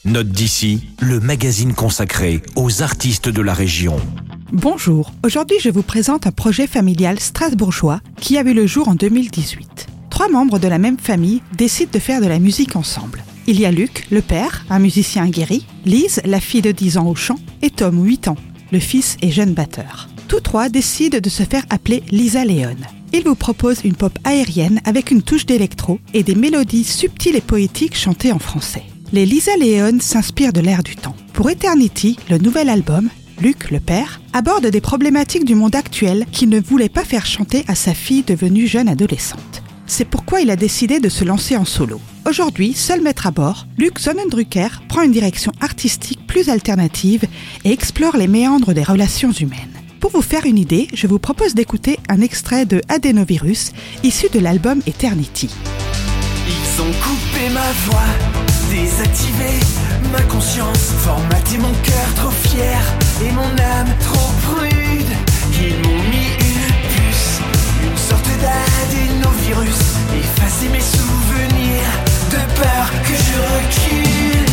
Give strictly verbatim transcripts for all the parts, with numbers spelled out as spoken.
Note d'ici, le magazine consacré aux artistes de la région. Bonjour, aujourd'hui je vous présente un projet familial strasbourgeois qui a vu le jour en deux mille dix-huit. Trois membres de la même famille décident de faire de la musique ensemble. Il y a Luc, le père, un musicien aguerri, Lise, la fille de dix ans au chant, et Tom, huit ans, le fils et jeune batteur. Tous trois décident de se faire appeler Lisa Leone. Ils vous proposent une pop aérienne avec une touche d'électro et des mélodies subtiles et poétiques chantées en français. Les Lisa Leone s'inspirent de l'air du temps. Pour Eternity, le nouvel album, Luc, le père, aborde des problématiques du monde actuel qu'il ne voulait pas faire chanter à sa fille devenue jeune adolescente. C'est pourquoi il a décidé de se lancer en solo. Aujourd'hui, seul maître à bord, Luc Sonnendrucker prend une direction artistique plus alternative et explore les méandres des relations humaines. Pour vous faire une idée, je vous propose d'écouter un extrait de Adenovirus, issu de l'album Eternity. Ils ont coupé ma voix, désactivé ma conscience, formaté mon cœur trop fier et mon âme trop prude. Ils m'ont mis une puce, une sorte d'adénovirus, effacer mes souvenirs de peur que je recule.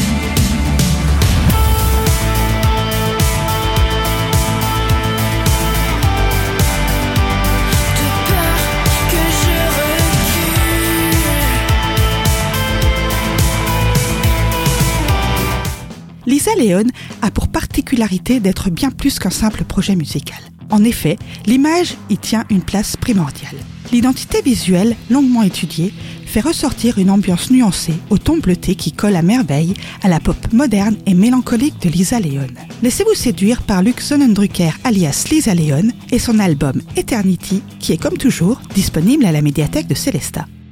Lisa Leone a pour particularité d'être bien plus qu'un simple projet musical. En effet, l'image y tient une place primordiale. L'identité visuelle, longuement étudiée, fait ressortir une ambiance nuancée au ton bleuté qui colle à merveille à la pop moderne et mélancolique de Lisa Leone. Laissez-vous séduire par Luc Sonnendrucker alias Lisa Leone et son album Eternity qui est comme toujours disponible à la médiathèque de Célestat.